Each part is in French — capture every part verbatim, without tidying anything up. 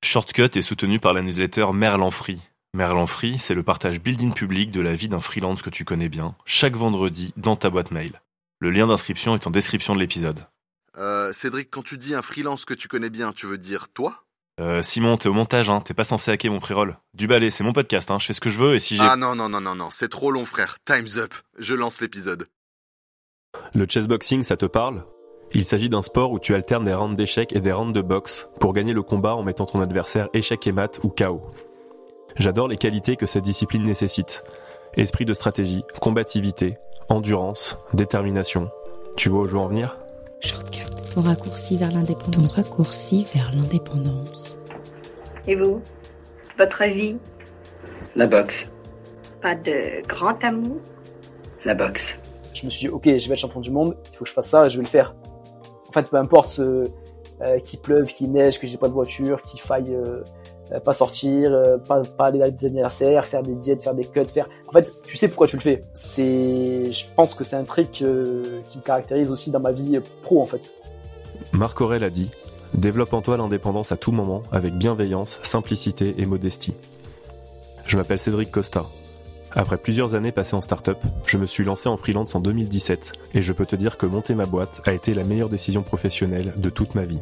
Shortcut est soutenu par la newsletter Merlan Free. Merlan Free, c'est le partage built-in public de la vie d'un freelance que tu connais bien, chaque vendredi dans ta boîte mail. Le lien d'inscription est en description de l'épisode. Euh, Cédric, quand tu dis un freelance que tu connais bien, tu veux dire toi ? Euh, Simon, t'es au montage, hein, t'es pas censé hacker mon pré-roll. Du balai, c'est mon podcast, hein, je fais ce que je veux et si j'ai... Ah non, non, non, non, non, c'est trop long frère, time's up, je lance l'épisode. Le chessboxing, ça te parle ? Il s'agit d'un sport où tu alternes des rounds d'échecs et des rounds de boxe pour gagner le combat en mettant ton adversaire échec et mat ou K O. J'adore les qualités que cette discipline nécessite. Esprit de stratégie, combativité, endurance, détermination. Tu vois où je veux en venir ? Shortcut, ton raccourci vers l'indépendance. Ton raccourci vers l'indépendance. Et vous ? Votre vie ? La boxe. Pas de grand amour ? La boxe. Je me suis dit, ok, je vais être champion du monde, il faut que je fasse ça et je vais le faire. En fait, peu importe euh, euh, qu'il pleuve, qu'il neige, que j'ai pas de voiture, qu'il faille euh, euh, pas sortir, euh, pas, pas aller à des anniversaires, faire des diètes, faire des cuts, faire... En fait, tu sais pourquoi tu le fais. C'est... Je pense que c'est un trait euh, qui me caractérise aussi dans ma vie pro, en fait. Marc Aurèle a dit « Développe en toi l'indépendance à tout moment, avec bienveillance, simplicité et modestie. » Je m'appelle Cédric Costa. Après plusieurs années passées en start-up, je me suis lancé en freelance en deux mille dix-sept et je peux te dire que monter ma boîte a été la meilleure décision professionnelle de toute ma vie.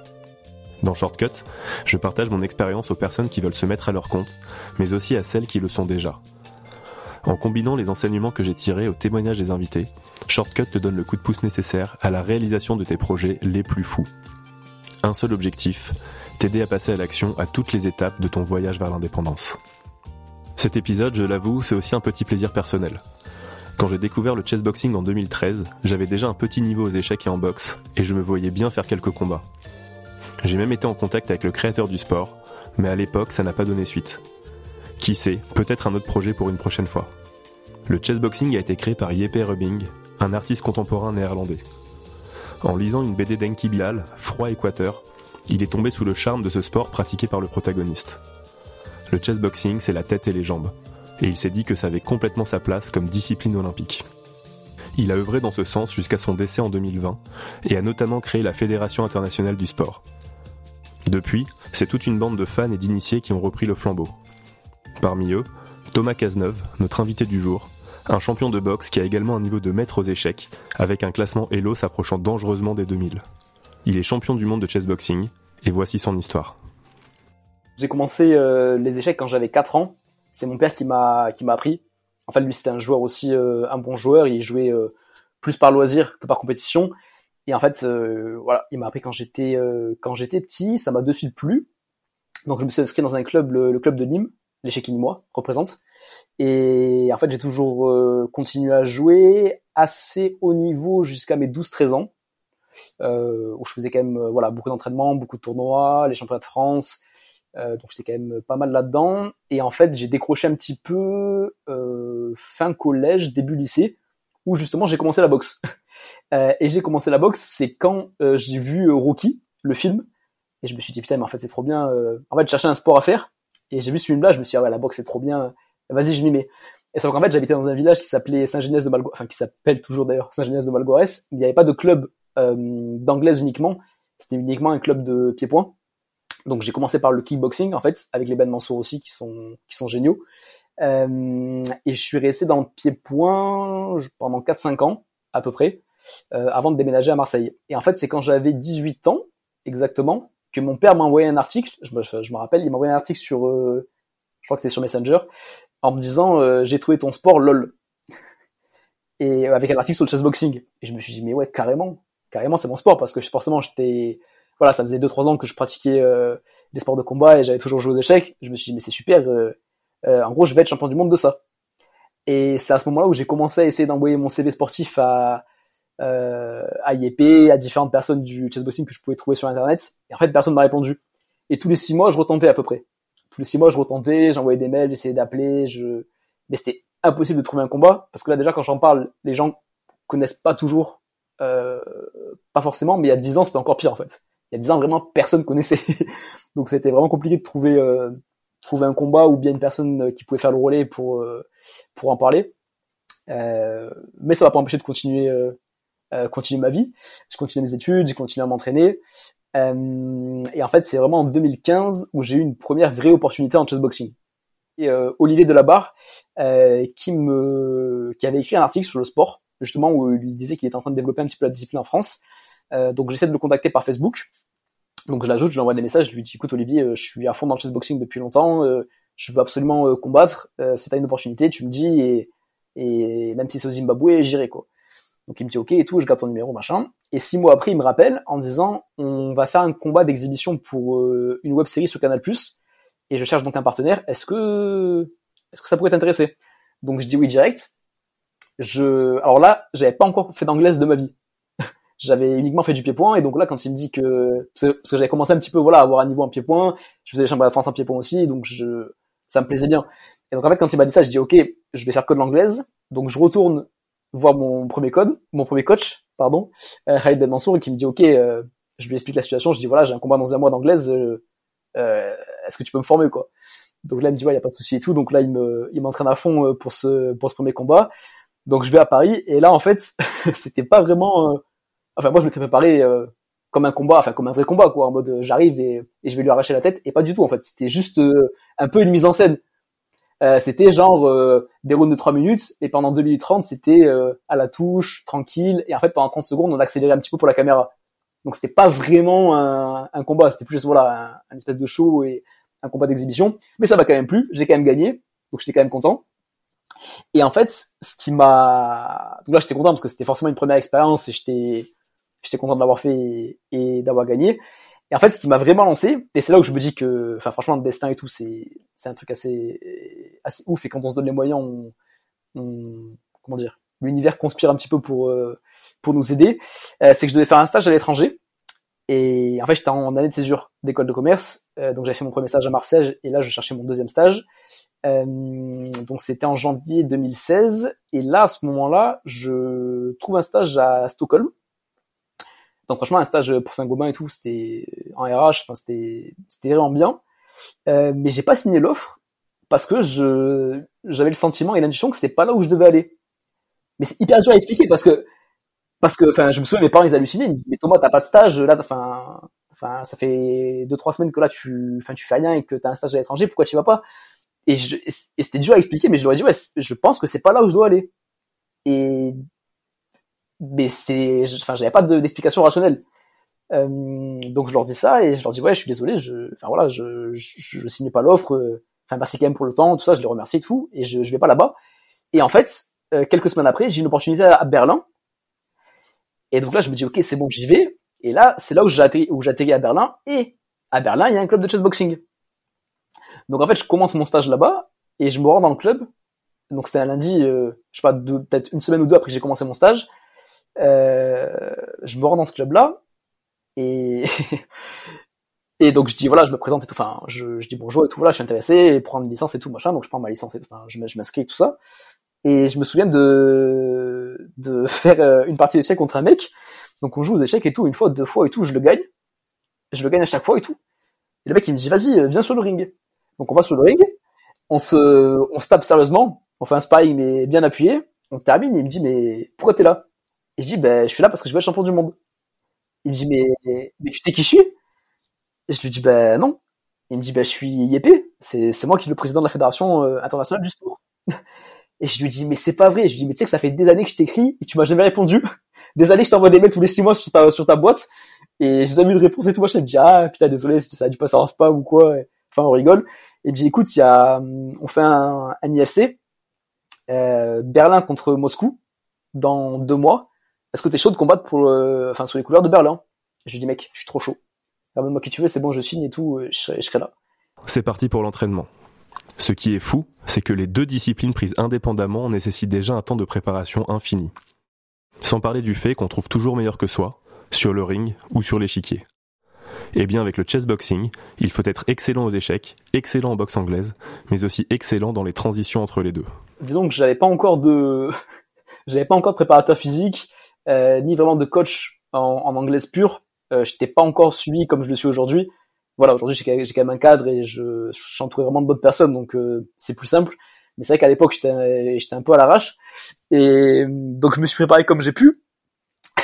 Dans Shortcut, je partage mon expérience aux personnes qui veulent se mettre à leur compte, mais aussi à celles qui le sont déjà. En combinant les enseignements que j'ai tirés aux témoignages des invités, Shortcut te donne le coup de pouce nécessaire à la réalisation de tes projets les plus fous. Un seul objectif, t'aider à passer à l'action à toutes les étapes de ton voyage vers l'indépendance. Cet épisode, je l'avoue, c'est aussi un petit plaisir personnel. Quand j'ai découvert le chessboxing en deux mille treize, j'avais déjà un petit niveau aux échecs et en boxe, et je me voyais bien faire quelques combats. J'ai même été en contact avec le créateur du sport, mais à l'époque, ça n'a pas donné suite. Qui sait, peut-être un autre projet pour une prochaine fois. Le chessboxing a été créé par Jeppe Rubing, un artiste contemporain néerlandais. En lisant une B D d'Enki Bilal, Froid Équateur, il est tombé sous le charme de ce sport pratiqué par le protagoniste. Le chessboxing, c'est la tête et les jambes, et il s'est dit que ça avait complètement sa place comme discipline olympique. Il a œuvré dans ce sens jusqu'à son décès en deux mille vingt, et a notamment créé la Fédération internationale du sport. Depuis, c'est toute une bande de fans et d'initiés qui ont repris le flambeau. Parmi eux, Thomas Cazeneuve, notre invité du jour, un champion de boxe qui a également un niveau de maître aux échecs, avec un classement Elo s'approchant dangereusement des deux mille. Il est champion du monde de chessboxing, et voici son histoire. J'ai commencé euh, les échecs quand j'avais quatre ans. C'est mon père qui m'a qui m'a appris. En fait, lui, c'était un joueur aussi, euh, un bon joueur. Il jouait euh, plus par loisir que par compétition. Et en fait, euh, voilà, il m'a appris quand j'étais euh, quand j'étais petit. Ça m'a de suite plu. Donc, je me suis inscrit dans un club, le, le club de Nîmes, l'échec nîmois représente. Et en fait, j'ai toujours euh, continué à jouer assez haut niveau jusqu'à mes douze treize ans, euh, où je faisais quand même euh, voilà beaucoup d'entraînements, beaucoup de tournois, les championnats de France. Euh, donc j'étais quand même pas mal là-dedans, et en fait j'ai décroché un petit peu euh, fin collège, début lycée, où justement j'ai commencé la boxe. euh, et j'ai commencé la boxe, c'est quand euh, j'ai vu euh, Rocky, le film, et je me suis dit putain mais en fait c'est trop bien. Euh... En fait je cherchais un sport à faire, et j'ai vu ce film-là, je me suis dit ah ouais la boxe c'est trop bien, vas-y je m'y mets. Et sauf qu'en fait j'habitais dans un village qui s'appelait Saint-Genès de Malgoires, enfin qui s'appelle toujours d'ailleurs Saint-Genès de Malgoires, il n'y avait pas de club euh, d'anglaise uniquement, c'était uniquement un club de pied-point. Donc j'ai commencé par le kickboxing en fait, avec les Ben Mansour aussi qui sont qui sont géniaux. Euh, et je suis resté dans le pied-point pendant quatre cinq ans à peu près, euh, avant de déménager à Marseille. Et en fait c'est quand j'avais dix-huit ans exactement que mon père m'a envoyé un article. Je me, je me rappelle, il m'a envoyé un article sur, euh, je crois que c'était sur Messenger, en me disant euh, j'ai trouvé ton sport lol. Et euh, avec un article sur le chessboxing. Et je me suis dit mais ouais carrément, carrément c'est mon sport parce que forcément j'étais Voilà, ça faisait deux trois ans que je pratiquais euh, des sports de combat et j'avais toujours joué aux échecs. Je me suis dit, mais c'est super, euh, euh, en gros, je vais être champion du monde de ça. Et c'est à ce moment-là où j'ai commencé à essayer d'envoyer mon C V sportif à, euh, à Jeppe, à différentes personnes du chessboxing que je pouvais trouver sur Internet. Et en fait, personne m'a répondu. Et tous les six mois, je retentais à peu près. Tous les six mois, je retentais, j'envoyais des mails, j'essayais d'appeler, je... mais c'était impossible de trouver un combat. Parce que là, déjà, quand j'en parle, les gens connaissent pas toujours, euh, pas forcément, mais il y a dix ans, c'était encore pire, en fait. Il y a dix ans, vraiment, personne connaissait. Donc, c'était vraiment compliqué de trouver, euh, trouver un combat ou bien une personne qui pouvait faire le relais pour, euh, pour en parler. Euh, mais ça m'a pas empêché de continuer, euh, euh, continuer ma vie. Je continuais mes études, j'ai continué à m'entraîner. Euh, et en fait, c'est vraiment en deux mille quinze où j'ai eu une première vraie opportunité en chessboxing. Et euh, Olivier Delabarre, euh, qui me, qui avait écrit un article sur le sport, justement où il disait qu'il était en train de développer un petit peu la discipline en France. Euh, donc j'essaie de le contacter par Facebook. Donc je l'ajoute, je lui envoie des messages, je lui dis écoute Olivier, euh, je suis à fond dans le chessboxing depuis longtemps, euh, je veux absolument euh, combattre, euh, si t'as une opportunité, tu me dis et, et même si c'est au Zimbabwe, j'irai quoi. Donc il me dit ok et tout, je garde ton numéro machin. Et six mois après, il me rappelle en disant on va faire un combat d'exhibition pour euh, une web série sur Canal plus, et je cherche donc un partenaire. Est-ce que est-ce que ça pourrait t'intéresser? Donc je dis oui direct. Je alors là, j'avais pas encore fait d'anglaise de ma vie. J'avais uniquement fait du pied-point, et donc là, quand il me dit que, parce que j'avais commencé un petit peu, voilà, à avoir un niveau en pied-point, je faisais les championnats de France en pied-point aussi, donc je, ça me plaisait bien. Et donc en fait, quand il m'a dit ça, je dis ok, je vais faire que de l'anglaise, donc je retourne voir mon premier code, mon premier coach, pardon, euh, Khalid Ben Mansour, qui me dit ok, euh, je lui explique la situation, je dis voilà, j'ai un combat dans un mois d'anglaise, euh, euh, est-ce que tu peux me former quoi? Donc là, il me dit ouais, y a pas de souci et tout, donc là, il me, il m'entraîne à fond pour ce, pour ce premier combat. Donc je vais à Paris, et là en fait, c'était pas vraiment, euh, enfin moi je m'étais préparé euh, comme un combat, enfin comme un vrai combat quoi, en mode euh, j'arrive et, et je vais lui arracher la tête, et pas du tout en fait, c'était juste euh, un peu une mise en scène. Euh, c'était genre euh, des rounds de trois minutes, et pendant deux minutes trente c'était euh, à la touche, tranquille, et en fait pendant trente secondes on accélérait un petit peu pour la caméra. Donc c'était pas vraiment un, un combat, c'était plus voilà un, un espèce de show et un combat d'exhibition, mais ça m'a quand même plu, j'ai quand même gagné, donc j'étais quand même content. Et en fait, ce qui m'a, donc là j'étais content parce que c'était forcément une première expérience et j'étais, j'étais content de l'avoir fait et, et d'avoir gagné. Et en fait, ce qui m'a vraiment lancé, et c'est là où je me dis que, enfin franchement, le destin et tout, c'est, c'est un truc assez, assez ouf. Et quand on se donne les moyens, on, on comment dire, l'univers conspire un petit peu pour, euh, pour nous aider. Euh, c'est que je devais faire un stage à l'étranger. Et en fait, j'étais en année de césure d'école de commerce, euh, donc j'avais fait mon premier stage à Marseille, et là je cherchais mon deuxième stage. Euh, donc c'était en janvier deux mille seize, et là à ce moment-là je trouve un stage à Stockholm. Donc franchement un stage pour Saint-Gobain et tout, c'était en R H, enfin c'était c'était vraiment bien. Euh, mais j'ai pas signé l'offre parce que je j'avais le sentiment et l'intuition que c'est pas là où je devais aller. Mais c'est hyper dur à expliquer parce que parce que enfin je me souviens, mes parents ils hallucinaient, ils me disaient mais Thomas t'as pas de stage là, enfin enfin ça fait deux trois semaines que là tu enfin tu fais rien et que t'as un stage à l'étranger, pourquoi tu vas pas? Et, je, et c'était dur à expliquer, mais je leur ai dit ouais, je pense que c'est pas là où je dois aller. Et mais c'est, enfin j'avais pas de, d'explication rationnelle. Euh, donc je leur dis ça et je leur dis ouais, je suis désolé, je, enfin voilà, je, je, je signe pas l'offre. Enfin merci quand même pour le temps, tout ça, je les remercie et tout, et je, je vais pas là-bas. Et en fait, euh, quelques semaines après, j'ai une opportunité à, à Berlin. Et donc là, je me dis ok, c'est bon, j'y vais. Et là, c'est là où j'atterris, où j'atterris à Berlin. Et à Berlin, il y a un club de chessboxing. Donc en fait, je commence mon stage là-bas et je me rends dans le club. Donc c'était un lundi, euh, je sais pas, deux, peut-être une semaine ou deux après que j'ai commencé mon stage. Euh, je me rends dans ce club-là et et donc je dis voilà, je me présente et tout. Enfin, je, je dis bonjour et tout. Voilà, je suis intéressé et prendre une licence et tout machin. Donc je prends ma licence et tout. Enfin, je, je m'inscris et tout ça. Et je me souviens de de faire une partie d'échecs contre un mec. Donc on joue aux échecs et tout, une fois, deux fois et tout, je le gagne. Je le gagne à chaque fois et tout. Et le mec il me dit vas-y, viens sur le ring. Donc on va sur le ring, on se, on se tape sérieusement, on fait un sparring mais bien appuyé, on termine et il me dit mais pourquoi t'es là? Et je dis ben je suis là parce que je veux être champion du monde. Il me dit mais, mais tu sais qui je suis? Et je lui dis ben non. Il me dit ben je suis Yépé, c'est, c'est moi qui suis le président de la fédération euh, internationale du sport. Et je lui dis mais c'est pas vrai. Je lui dis mais tu sais que ça fait des années que je t'écris et que tu m'as jamais répondu. Des années que je t'envoie des mails tous les six mois sur ta, sur ta boîte et j'ai jamais eu de réponse et tout machin. Il me dit ah putain désolé, ça a dû passer en spam ou quoi. Enfin, on rigole. Et puis, écoute, il y a, on fait un, un I F C, euh, Berlin contre Moscou, dans deux mois. Est-ce que t'es chaud de combattre pour, euh, enfin, sous les couleurs de Berlin? Je lui dis, mec, je suis trop chaud. Ramène-moi qui tu veux, c'est bon, je signe et tout, je serai, je serai là. C'est parti pour l'entraînement. Ce qui est fou, c'est que les deux disciplines prises indépendamment nécessitent déjà un temps de préparation infini. Sans parler du fait qu'on trouve toujours meilleur que soi, sur le ring ou sur l'échiquier. Eh bien, avec le chessboxing, il faut être excellent aux échecs, excellent en boxe anglaise, mais aussi excellent dans les transitions entre les deux. Disons que j'avais pas encore de, j'avais pas encore de préparateur physique, euh, ni vraiment de coach en, en anglaise pure. Euh, j'étais pas encore suivi comme je le suis aujourd'hui. Voilà, aujourd'hui j'ai, j'ai quand même un cadre et je, je suis entouré vraiment de bonnes personnes, donc euh, c'est plus simple. Mais c'est vrai qu'à l'époque j'étais, j'étais un peu à l'arrache, et donc je me suis préparé comme j'ai pu.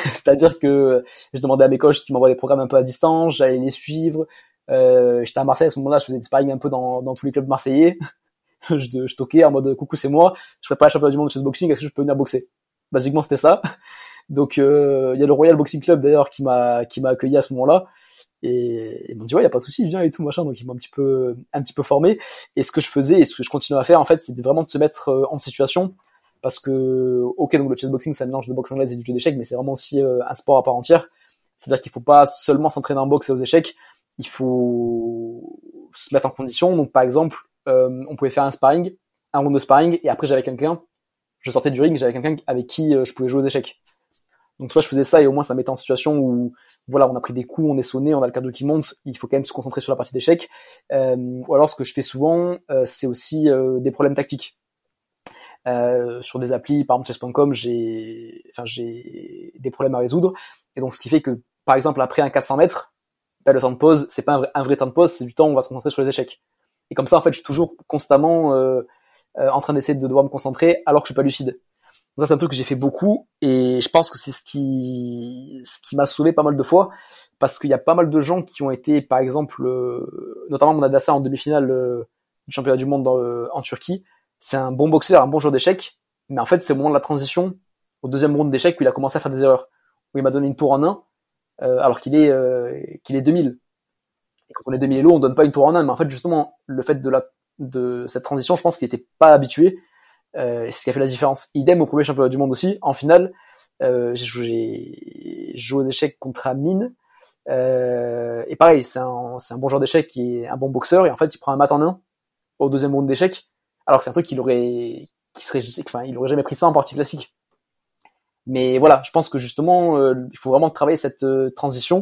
C'est-à-dire que je demandais à mes coachs qui m'envoient des programmes un peu à distance, j'allais les suivre. Euh, j'étais à Marseille à ce moment-là, je faisais des sparring un peu dans, dans tous les clubs marseillais. je, je toquais en mode coucou, c'est moi, je prépare le championnat du monde de chessboxing, est-ce que je peux venir boxer? Basiquement, c'était ça. Donc, euh, il y a le Royal Boxing Club d'ailleurs qui m'a qui m'a accueilli à ce moment-là. Et ils m'ont dit ouais, y a pas de souci, viens et tout machin. Donc ils m'ont un petit peu un petit peu formé. Et ce que je faisais et ce que je continue à faire en fait, c'était vraiment de se mettre euh, en situation. Parce que, ok, donc le chessboxing, c'est un mélange de boxe anglaise et du jeu d'échecs, mais c'est vraiment aussi euh, un sport à part entière. C'est-à-dire qu'il faut pas seulement s'entraîner en boxe et aux échecs, il faut se mettre en condition. Donc, par exemple, euh, on pouvait faire un sparring, un round de sparring, et après, j'avais quelqu'un, je sortais du ring, j'avais quelqu'un avec qui euh, je pouvais jouer aux échecs. Donc, soit je faisais ça et au moins ça me mettait en situation où, voilà, on a pris des coups, on est sonné, on a le cardio qui monte, il faut quand même se concentrer sur la partie d'échecs. Euh, ou alors, ce que je fais souvent, euh, c'est aussi euh, des problèmes tactiques. Euh, sur des applis, par exemple chess point com, j'ai, enfin, j'ai des problèmes à résoudre. Et donc, ce qui fait que, par exemple, après un quatre cents mètres, ben, le temps de pause, c'est pas un vrai, un vrai temps de pause, c'est du temps où on va se concentrer sur les échecs. Et comme ça, en fait, je suis toujours constamment euh, euh, en train d'essayer de devoir me concentrer alors que je suis pas lucide. Donc ça, c'est un truc que j'ai fait beaucoup et je pense que c'est ce qui, ce qui m'a sauvé pas mal de fois parce qu'il y a pas mal de gens qui ont été, par exemple, euh, notamment mon adversaire en demi-finale euh, du championnat du monde dans, euh, en Turquie. C'est un bon boxeur, un bon joueur d'échecs, mais en fait, c'est au moment de la transition, au deuxième round d'échecs, où il a commencé à faire des erreurs, où il m'a donné une tour en un, euh, alors qu'il est euh, qu'il est deux mille. Et quand on est deux mille low, on donne pas une tour en un, mais en fait, justement, le fait de la de cette transition, je pense qu'il était pas habitué, euh, et c'est ce qui a fait la différence. Idem au premier championnat du monde aussi, en finale, euh, j'ai joué, j'ai joué aux échecs contre Amine, euh, et pareil, c'est un c'est un bon joueur d'échecs qui est un bon boxeur, et en fait, il prend un mat en un au deuxième round d'échecs. Alors que c'est un truc qu'il aurait, qui serait, enfin, il aurait jamais pris ça en partie classique. Mais voilà, je pense que justement, euh, il faut vraiment travailler cette euh, transition.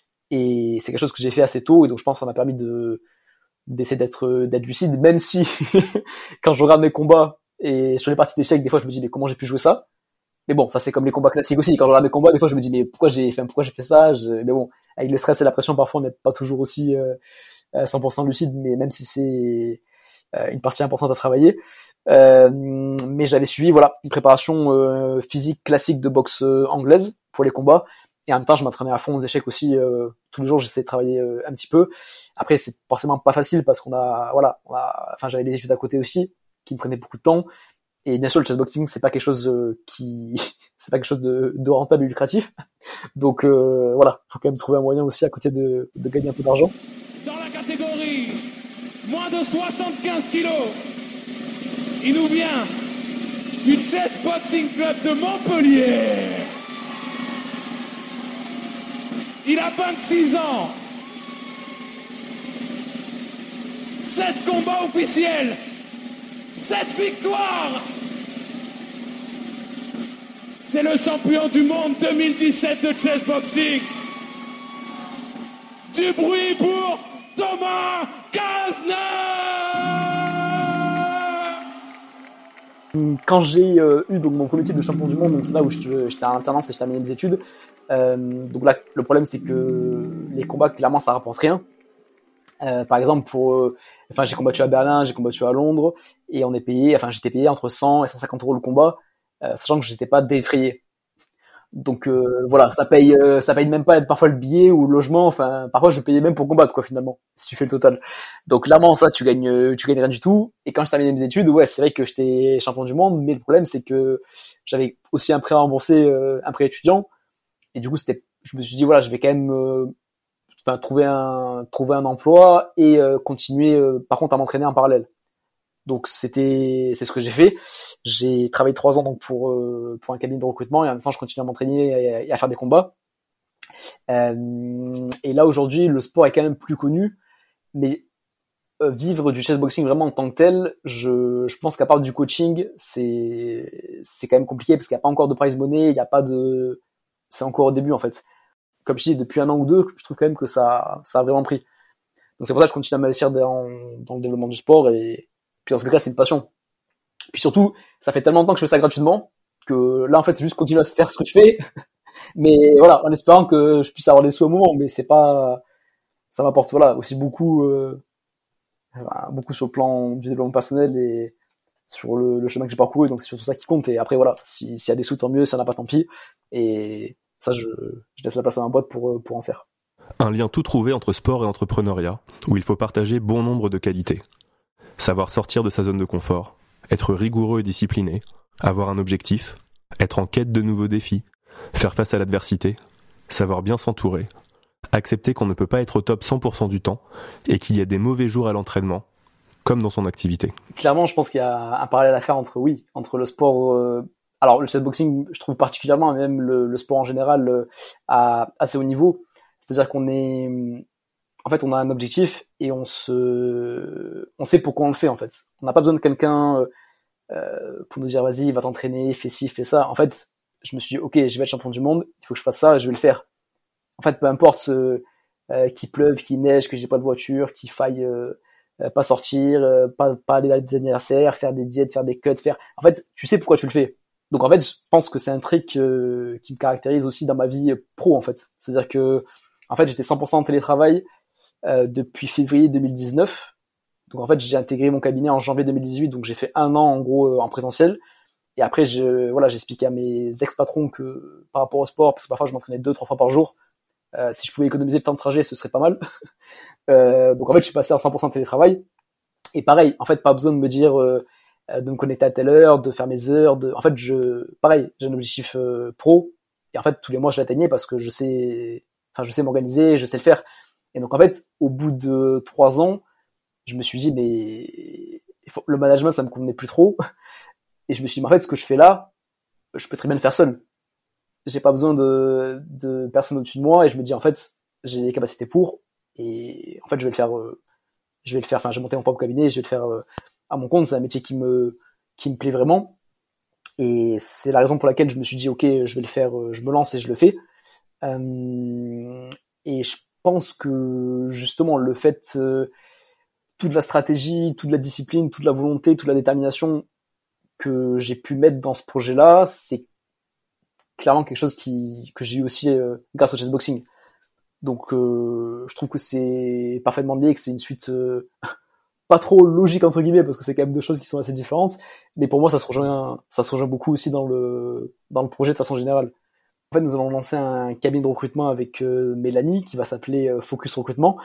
Et c'est quelque chose que j'ai fait assez tôt. Et donc, je pense que ça m'a permis de, d'essayer d'être, euh, d'être lucide, même si, quand je regarde mes combats et sur les parties d'échecs, des fois, je me dis, mais comment j'ai pu jouer ça? Mais bon, ça, c'est comme les combats classiques aussi. Quand je regarde mes combats, des fois, je me dis, mais pourquoi j'ai, enfin, pourquoi j'ai fait ça? Je, mais bon, avec le stress et la pression, parfois, on n'est pas toujours aussi, euh, cent pour cent lucide, mais même si c'est, une partie importante à travailler, euh, mais j'avais suivi voilà une préparation euh, physique classique de boxe euh, anglaise pour les combats et en même temps je m'entraînais à fond aux échecs aussi euh, tous les jours, j'essayais de travailler euh, un petit peu. Après c'est forcément pas facile parce qu'on a voilà on a enfin j'avais les études à côté aussi qui me prenaient beaucoup de temps et bien sûr le chessboxing c'est pas quelque chose euh, qui c'est pas quelque chose de, de rentable et lucratif donc euh, voilà faut quand même trouver un moyen aussi à côté de, de gagner un peu d'argent. Dans la catégorie moins de soixante-quinze kilos, il nous vient du Chess Boxing Club de Montpellier. Il a vingt-six ans. sept combats officiels. sept victoires. C'est le champion du monde deux mille dix-sept de Chess Boxing. Du bruit pour Thomas Kazner. Quand j'ai euh, eu donc mon premier titre de champion du monde, donc c'est là où j'étais en alternance et je terminais mes études. Euh, donc là, le problème c'est que les combats, clairement, ça rapporte rien. Euh, par exemple, pour, euh, enfin, j'ai combattu à Berlin, j'ai combattu à Londres, et on est payé, enfin, j'étais payé entre cent et cent cinquante euros le combat, euh, sachant que j'étais pas défrayé. Donc euh, voilà, ça paye, euh, ça paye même pas parfois le billet ou le logement. Enfin, parfois je payais même pour combattre quoi finalement, si tu fais le total. Donc clairement ça, tu gagnes, tu gagnes rien du tout. Et quand je terminais mes études, ouais, c'est vrai que j'étais champion du monde, mais le problème c'est que j'avais aussi un prêt à rembourser, euh, un prêt étudiant. Et du coup c'était, je me suis dit voilà, je vais quand même, euh, enfin trouver un, trouver un emploi et euh, continuer, euh, par contre à m'entraîner en parallèle. Donc c'était, c'est ce que j'ai fait. J'ai travaillé trois ans donc pour euh, pour un cabinet de recrutement et en même temps je continue à m'entraîner et, et à faire des combats. Euh, et là aujourd'hui le sport est quand même plus connu, mais euh, vivre du chessboxing vraiment en tant que tel, je je pense qu'à part du coaching, c'est c'est quand même compliqué parce qu'il n'y a pas encore de prize money, il n'y a pas de, c'est encore au début en fait. Comme je dis depuis un an ou deux, je trouve quand même que ça ça a vraiment pris. Donc c'est pour ça que je continue à m'investir dans dans le développement du sport et puis en tout cas c'est une passion. Puis surtout, ça fait tellement de temps que je fais ça gratuitement que là en fait c'est juste continuer à faire ce que je fais, mais voilà, en espérant que je puisse avoir des sous au moment. Mais c'est pas, ça m'apporte voilà aussi beaucoup, euh, beaucoup sur le plan du développement personnel et sur le, le chemin que j'ai parcouru. Donc c'est surtout ça qui compte. Et après voilà, si, s'il y a des sous tant mieux, s'il n'y en a pas tant pis. Et Ça, je, je laisse la place à ma boîte pour, pour en faire. Un lien tout trouvé entre sport et entrepreneuriat, où il faut partager bon nombre de qualités. Savoir sortir de sa zone de confort, être rigoureux et discipliné, avoir un objectif, être en quête de nouveaux défis, faire face à l'adversité, savoir bien s'entourer, accepter qu'on ne peut pas être au top cent pour cent du temps et qu'il y a des mauvais jours à l'entraînement, comme dans son activité. Clairement, je pense qu'il y a un parallèle à faire entre, oui, entre le sport... Euh, alors, le chessboxing, je trouve particulièrement, même le, le sport en général, euh, à assez haut niveau. C'est-à-dire qu'on est... En fait, on a un objectif et on se... On sait pourquoi on le fait, en fait. On n'a pas besoin de quelqu'un euh, pour nous dire, vas-y, va t'entraîner, fais ci, fais ça. En fait, je me suis dit, ok, je vais être champion du monde, il faut que je fasse ça et je vais le faire. En fait, peu importe euh, euh, qu'il pleuve, qu'il neige, que j'ai pas de voiture, qu'il faille euh, euh, pas sortir, euh, pas, pas aller à des anniversaires, faire des diètes, faire des cuts, faire... En fait, tu sais pourquoi tu le fais. Donc en fait, je pense que c'est un trait euh, qui me caractérise aussi dans ma vie pro, en fait. C'est-à-dire que, en fait, j'étais cent pour cent en télétravail euh, depuis février deux mille dix-neuf. Donc en fait, j'ai intégré mon cabinet en janvier deux mille dix-huit, donc j'ai fait un an en gros euh, en présentiel. Et après, je, voilà, j'ai expliqué à mes ex-patrons que par rapport au sport, parce que parfois je m'entraînais deux, trois fois par jour, euh, si je pouvais économiser le temps de trajet, ce serait pas mal. euh, donc en fait, je suis passé à cent pour cent télétravail. Et pareil, en fait, pas besoin de me dire euh, de me connecter à telle heure, de faire mes heures. De... En fait, je, pareil, j'ai un objectif euh, pro. Et en fait, tous les mois, je l'atteignais parce que je sais, enfin, je sais m'organiser, je sais le faire. Et donc en fait, au bout de trois ans, je me suis dit, mais le management, ça me convenait plus trop. Et je me suis dit, mais en fait, ce que je fais là, je peux très bien le faire seul. J'ai pas besoin de, de personne au-dessus de moi. Et je me dis, en fait, j'ai les capacités pour. Et en fait, je vais le faire, euh, je vais le faire, enfin, j'ai monté mon propre cabinet, je vais le faire euh, à mon compte. C'est un métier qui me, qui me plaît vraiment. Et c'est la raison pour laquelle je me suis dit, ok, je vais le faire, euh, je me lance et je le fais. Euh, et je pense que, justement, le fait, euh, toute la stratégie, toute la discipline, toute la volonté, toute la détermination que j'ai pu mettre dans ce projet-là, c'est clairement quelque chose qui que j'ai eu aussi euh, grâce au chessboxing. Donc euh, je trouve que c'est parfaitement lié, que c'est une suite euh, pas trop logique entre guillemets parce que c'est quand même deux choses qui sont assez différentes, mais pour moi ça se rejoint ça se rejoint beaucoup aussi dans le dans le projet de façon générale. En fait, nous allons lancer un cabinet de recrutement avec euh, Mélanie qui va s'appeler euh, Focus Recrutement.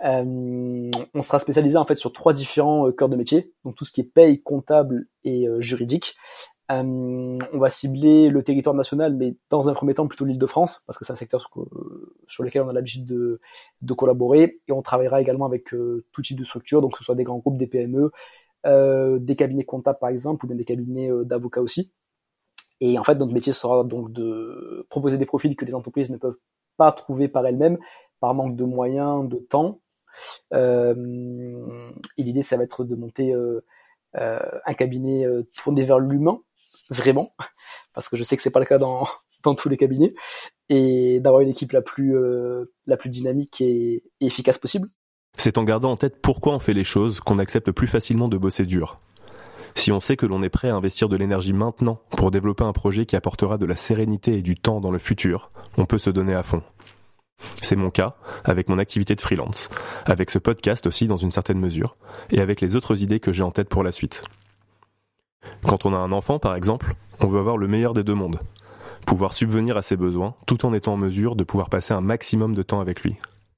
Euh, on sera spécialisé en fait sur trois différents euh, cœurs de métier, donc tout ce qui est paye, comptable et euh, juridique. Euh, on va cibler le territoire national, mais dans un premier temps plutôt l'Île-de-France, parce que c'est un secteur sur, euh, sur lequel on a l'habitude de, de collaborer, et on travaillera également avec euh, tout type de structures, donc que ce soit des grands groupes, des P M E, euh, des cabinets comptables par exemple, ou bien des cabinets euh, d'avocats aussi. Et en fait, notre métier sera donc de proposer des profils que les entreprises ne peuvent pas trouver par elles-mêmes, par manque de moyens, de temps. Euh, et l'idée, ça va être de monter euh, euh, un cabinet euh, tourné vers l'humain, vraiment, parce que je sais que c'est pas le cas dans, dans tous les cabinets, et d'avoir une équipe la plus, euh, la plus dynamique et, et efficace possible. C'est en gardant en tête pourquoi on fait les choses qu'on accepte plus facilement de bosser dur. Si on sait que l'on est prêt à investir de l'énergie maintenant pour développer un projet qui apportera de la sérénité et du temps dans le futur, on peut se donner à fond. C'est mon cas, avec mon activité de freelance, avec ce podcast aussi dans une certaine mesure, et avec les autres idées que j'ai en tête pour la suite. Quand on a un enfant, par exemple, on veut avoir le meilleur des deux mondes. Pouvoir subvenir à ses besoins, tout en étant en mesure de pouvoir passer un maximum de temps avec lui.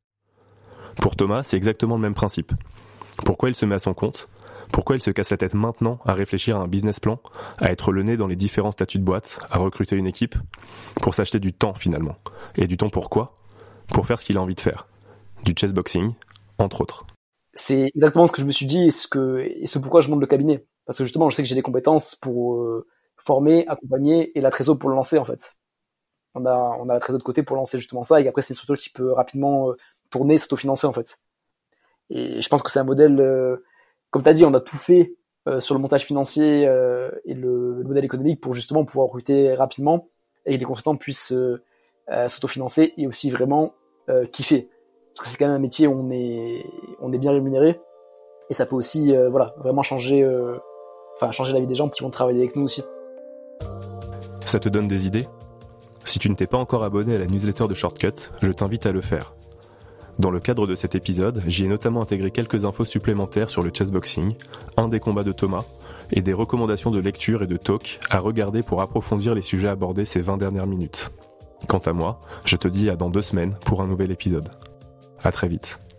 Pour Thomas, c'est exactement le même principe. Pourquoi il se met à son compte ? Pourquoi il se casse la tête maintenant à réfléchir à un business plan, à être le nez dans les différents statuts de boîte, à recruter une équipe ? Pour s'acheter du temps finalement. Et du temps pour quoi ? Pour faire ce qu'il a envie de faire. Du chessboxing, entre autres. C'est exactement ce que je me suis dit et ce, que, et ce pourquoi je monte le cabinet. Parce que justement, je sais que j'ai des compétences pour euh, former, accompagner et la trésor pour le lancer en fait. On a, on a la trésor de côté pour lancer justement ça et après c'est une structure qui peut rapidement euh, tourner, s'autofinancer en fait. Et je pense que c'est un modèle... Euh, Comme tu as dit, on a tout fait euh, sur le montage financier euh, et le, le modèle économique pour justement pouvoir recruter rapidement et que les consultants puissent euh, euh, s'autofinancer et aussi vraiment euh, kiffer. Parce que c'est quand même un métier où on est, on est bien rémunéré et ça peut aussi euh, voilà, vraiment changer, euh, enfin, changer la vie des gens qui vont travailler avec nous aussi. Ça te donne des idées ? Si tu ne t'es pas encore abonné à la newsletter de Shortcut, je t'invite à le faire. Dans le cadre de cet épisode, j'y ai notamment intégré quelques infos supplémentaires sur le chessboxing, un des combats de Thomas, et des recommandations de lecture et de talk à regarder pour approfondir les sujets abordés ces vingt dernières minutes. Quant à moi, je te dis à dans deux semaines pour un nouvel épisode. À très vite.